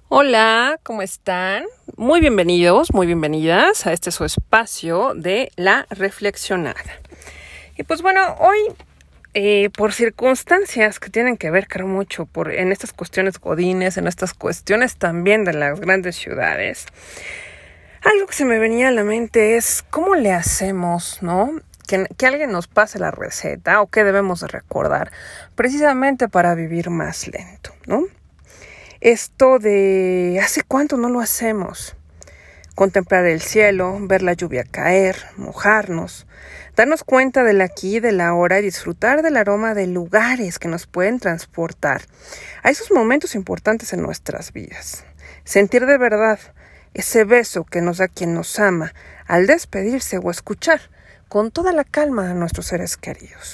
Hola, ¿cómo están? Muy bienvenidos, muy bienvenidas a este su espacio de La Reflexionada. Y pues bueno, hoy por circunstancias que tienen que ver, creo mucho, en estas cuestiones godines, en estas cuestiones también de las grandes ciudades, algo que se me venía a la mente es cómo le hacemos, ¿no? Que alguien nos pase la receta o qué debemos de recordar precisamente para vivir más lento, ¿no? Esto de ¿hace cuánto no lo hacemos? Contemplar el cielo, ver la lluvia caer, mojarnos, darnos cuenta del aquí y del ahora y disfrutar del aroma de lugares que nos pueden transportar a esos momentos importantes en nuestras vidas. Sentir de verdad ese beso que nos da quien nos ama al despedirse o escuchar con toda la calma a nuestros seres queridos.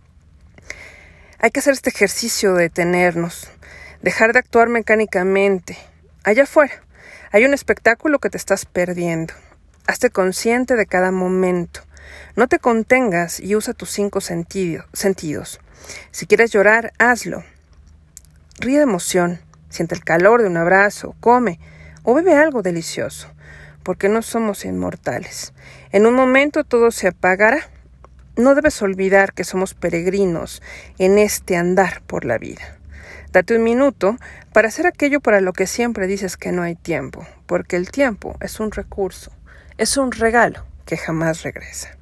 Hay que hacer este ejercicio de detenernos, dejar de actuar mecánicamente. Allá afuera hay un espectáculo que te estás perdiendo. Hazte consciente de cada momento. No te contengas y usa tus 5 sentidos. Si quieres llorar, hazlo. Ríe de emoción, siente el calor de un abrazo, come o bebe algo delicioso, porque no somos inmortales. En un momento todo se apagará. No debes olvidar que somos peregrinos en este andar por la vida. Date un minuto para hacer aquello para lo que siempre dices que no hay tiempo, porque el tiempo es un recurso, es un regalo que jamás regresa.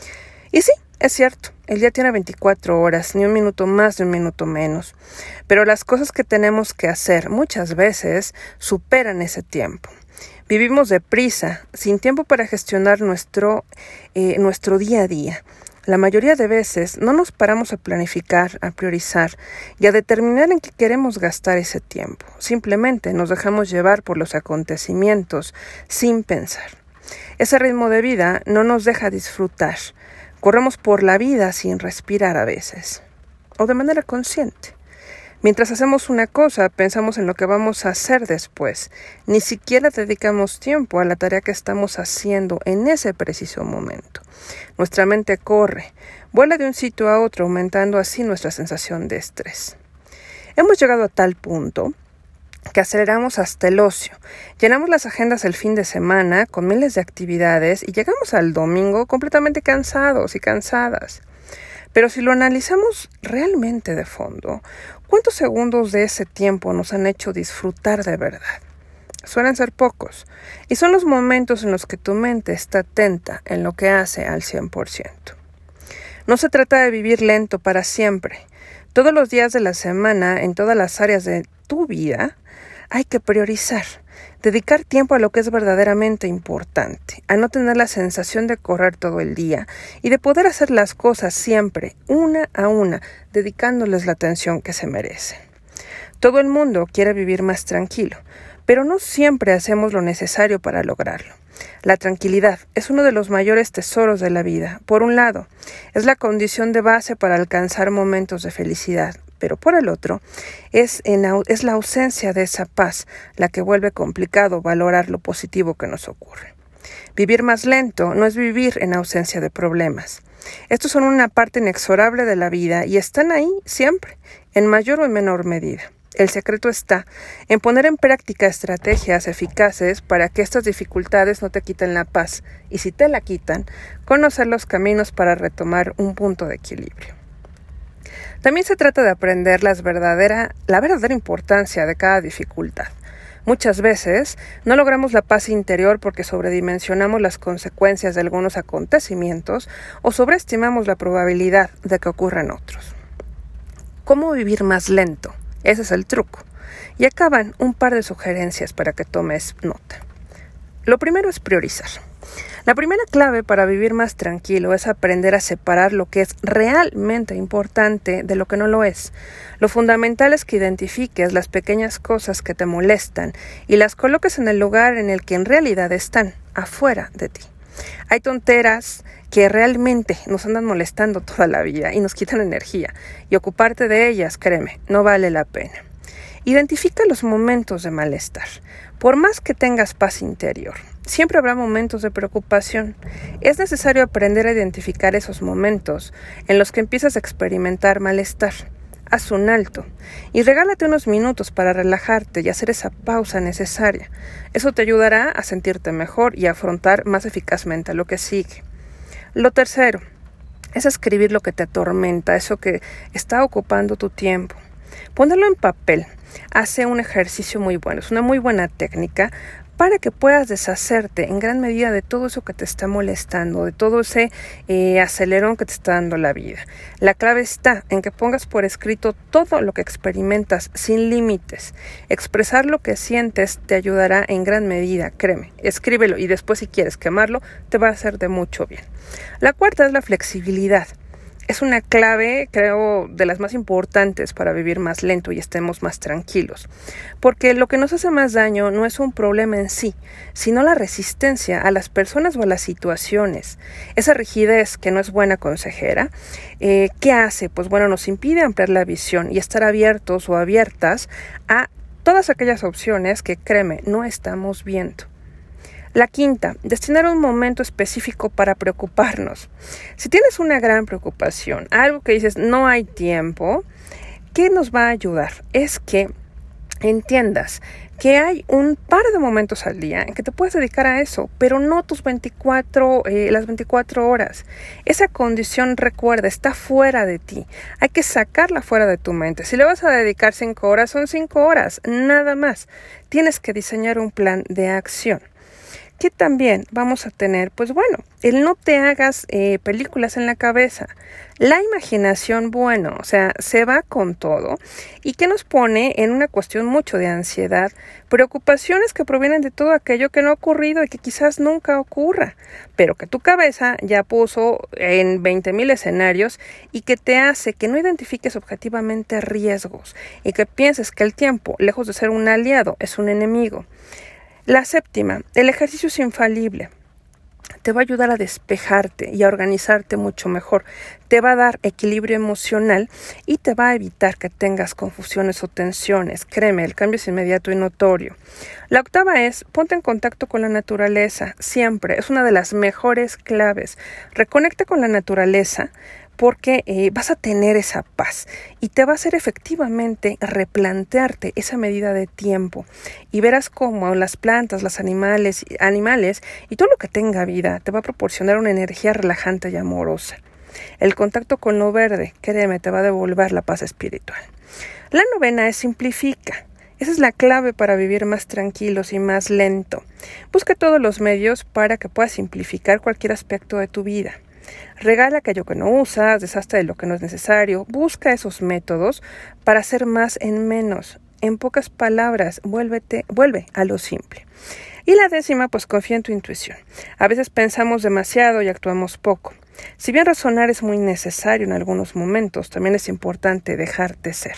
Y sí, es cierto, el día tiene 24 horas, ni un minuto más ni un minuto menos, pero las cosas que tenemos que hacer muchas veces superan ese tiempo. Vivimos deprisa, sin tiempo para gestionar nuestro día a día. La mayoría de veces no nos paramos a planificar, a priorizar y a determinar en qué queremos gastar ese tiempo. Simplemente nos dejamos llevar por los acontecimientos sin pensar. Ese ritmo de vida no nos deja disfrutar. Corremos por la vida sin respirar a veces, o de manera consciente. Mientras hacemos una cosa, pensamos en lo que vamos a hacer después. Ni siquiera dedicamos tiempo a la tarea que estamos haciendo en ese preciso momento. Nuestra mente corre, vuela de un sitio a otro, aumentando así nuestra sensación de estrés. Hemos llegado a tal punto que aceleramos hasta el ocio. Llenamos las agendas el fin de semana con miles de actividades y llegamos al domingo completamente cansados y cansadas. Pero si lo analizamos realmente de fondo, ¿cuántos segundos de ese tiempo nos han hecho disfrutar de verdad? Suelen ser pocos, y son los momentos en los que tu mente está atenta en lo que hace al 100%. No se trata de vivir lento para siempre. Todos los días de la semana, en todas las áreas de tu vida, hay que priorizar, dedicar tiempo a lo que es verdaderamente importante, a no tener la sensación de correr todo el día y de poder hacer las cosas siempre, una a una, dedicándoles la atención que se merecen. Todo el mundo quiere vivir más tranquilo, pero no siempre hacemos lo necesario para lograrlo. La tranquilidad es uno de los mayores tesoros de la vida. Por un lado, es la condición de base para alcanzar momentos de felicidad, pero por el otro, es la ausencia de esa paz la que vuelve complicado valorar lo positivo que nos ocurre. Vivir más lento no es vivir en ausencia de problemas. Estos son una parte inexorable de la vida y están ahí siempre, en mayor o en menor medida. El secreto está en poner en práctica estrategias eficaces para que estas dificultades no te quiten la paz y si te la quitan, conocer los caminos para retomar un punto de equilibrio. También se trata de aprender la verdadera importancia de cada dificultad. Muchas veces no logramos la paz interior porque sobredimensionamos las consecuencias de algunos acontecimientos o sobreestimamos la probabilidad de que ocurran otros. ¿Cómo vivir más lento? Ese es el truco. Y acaban un par de sugerencias para que tomes nota. Lo primero es priorizar. La primera clave para vivir más tranquilo es aprender a separar lo que es realmente importante de lo que no lo es. Lo fundamental es que identifiques las pequeñas cosas que te molestan y las coloques en el lugar en el que en realidad están, afuera de ti. Hay tonteras que realmente nos andan molestando toda la vida y nos quitan energía, y ocuparte de ellas, créeme, no vale la pena. Identifica los momentos de malestar. Por más que tengas paz interior, siempre habrá momentos de preocupación. Es necesario aprender a identificar esos momentos en los que empiezas a experimentar malestar. haz un alto y regálate unos minutos para relajarte y hacer esa pausa necesaria. Eso te ayudará a sentirte mejor y a afrontar más eficazmente lo que sigue. Lo tercero es escribir lo que te atormenta, eso que está ocupando tu tiempo. Ponerlo en papel hace un ejercicio muy bueno, es una muy buena técnica para que puedas deshacerte en gran medida de todo eso que te está molestando, de todo ese acelerón que te está dando la vida. La clave está en que pongas por escrito todo lo que experimentas sin límites. Expresar lo que sientes te ayudará en gran medida, créeme. Escríbelo y después si quieres quemarlo te va a hacer de mucho bien. La cuarta es la flexibilidad. Es una clave, creo, de las más importantes para vivir más lento y estemos más tranquilos. Porque lo que nos hace más daño no es un problema en sí, sino la resistencia a las personas o a las situaciones. Esa rigidez que no es buena consejera, ¿qué hace? Pues bueno, nos impide ampliar la visión y estar abiertos o abiertas a todas aquellas opciones que, créeme, no estamos viendo. La quinta, destinar un momento específico para preocuparnos. Si tienes una gran preocupación, algo que dices no hay tiempo, ¿qué nos va a ayudar? Es que entiendas que hay un par de momentos al día en que te puedes dedicar a eso, pero no las 24 horas. Esa condición, recuerda, está fuera de ti. Hay que sacarla fuera de tu mente. Si le vas a dedicar 5 horas, son 5 horas, nada más. Tienes que diseñar un plan de acción. Que también vamos a tener, pues bueno, el no te hagas películas en la cabeza. La imaginación, bueno, o sea, se va con todo y que nos pone en una cuestión mucho de ansiedad, preocupaciones que provienen de todo aquello que no ha ocurrido y que quizás nunca ocurra, pero que tu cabeza ya puso en 20,000 escenarios y que te hace que no identifiques objetivamente riesgos y que pienses que el tiempo, lejos de ser un aliado, es un enemigo. La séptima, el ejercicio es infalible. Te va a ayudar a despejarte y a organizarte mucho mejor. Te va a dar equilibrio emocional y te va a evitar que tengas confusiones o tensiones. Créeme, el cambio es inmediato y notorio. La octava es, ponte en contacto con la naturaleza. Siempre, es una de las mejores claves. Reconecta con la naturaleza porque vas a tener esa paz y te va a hacer efectivamente replantearte esa medida de tiempo y verás cómo las plantas, los animales y todo lo que tenga vida te va a proporcionar una energía relajante y amorosa. El contacto con lo verde, créeme, te va a devolver la paz espiritual. La novena es simplifica. Esa es la clave para vivir más tranquilos y más lento. Busca todos los medios para que puedas simplificar cualquier aspecto de tu vida. Regala aquello que no usas, deshazte de lo que no es necesario, busca esos métodos para hacer más en menos. En pocas palabras, vuelve a lo simple. Y la décima, pues confía en tu intuición. A veces pensamos demasiado y actuamos poco. Si bien razonar es muy necesario en algunos momentos, también es importante dejarte ser.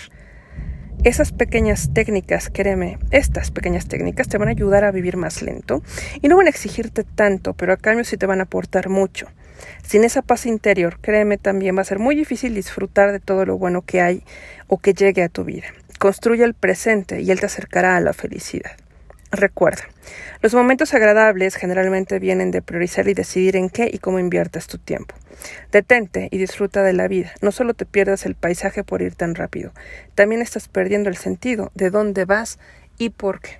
Esas pequeñas técnicas, créeme, estas pequeñas técnicas te van a ayudar a vivir más lento y no van a exigirte tanto, pero a cambio sí te van a aportar mucho. Sin esa paz interior, créeme, también va a ser muy difícil disfrutar de todo lo bueno que hay o que llegue a tu vida. Construye el presente y él te acercará a la felicidad. Recuerda, los momentos agradables generalmente vienen de priorizar y decidir en qué y cómo inviertes tu tiempo. Detente y disfruta de la vida. No solo te pierdas el paisaje por ir tan rápido, también estás perdiendo el sentido de dónde vas y por qué.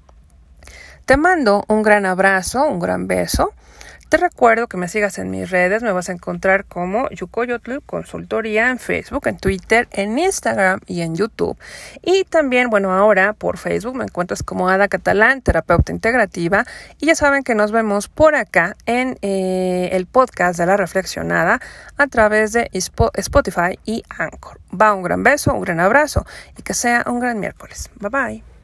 Te mando un gran abrazo, un gran beso. Te recuerdo que me sigas en mis redes, me vas a encontrar como Yukoyotl Consultoría en Facebook, en Twitter, en Instagram y en YouTube. Y también, bueno, ahora por Facebook me encuentras como Ada Catalán, terapeuta integrativa. Y ya saben que nos vemos por acá en el podcast de La Reflexionada a través de Spotify y Anchor. Va un gran beso, un gran abrazo y que sea un gran miércoles. Bye bye.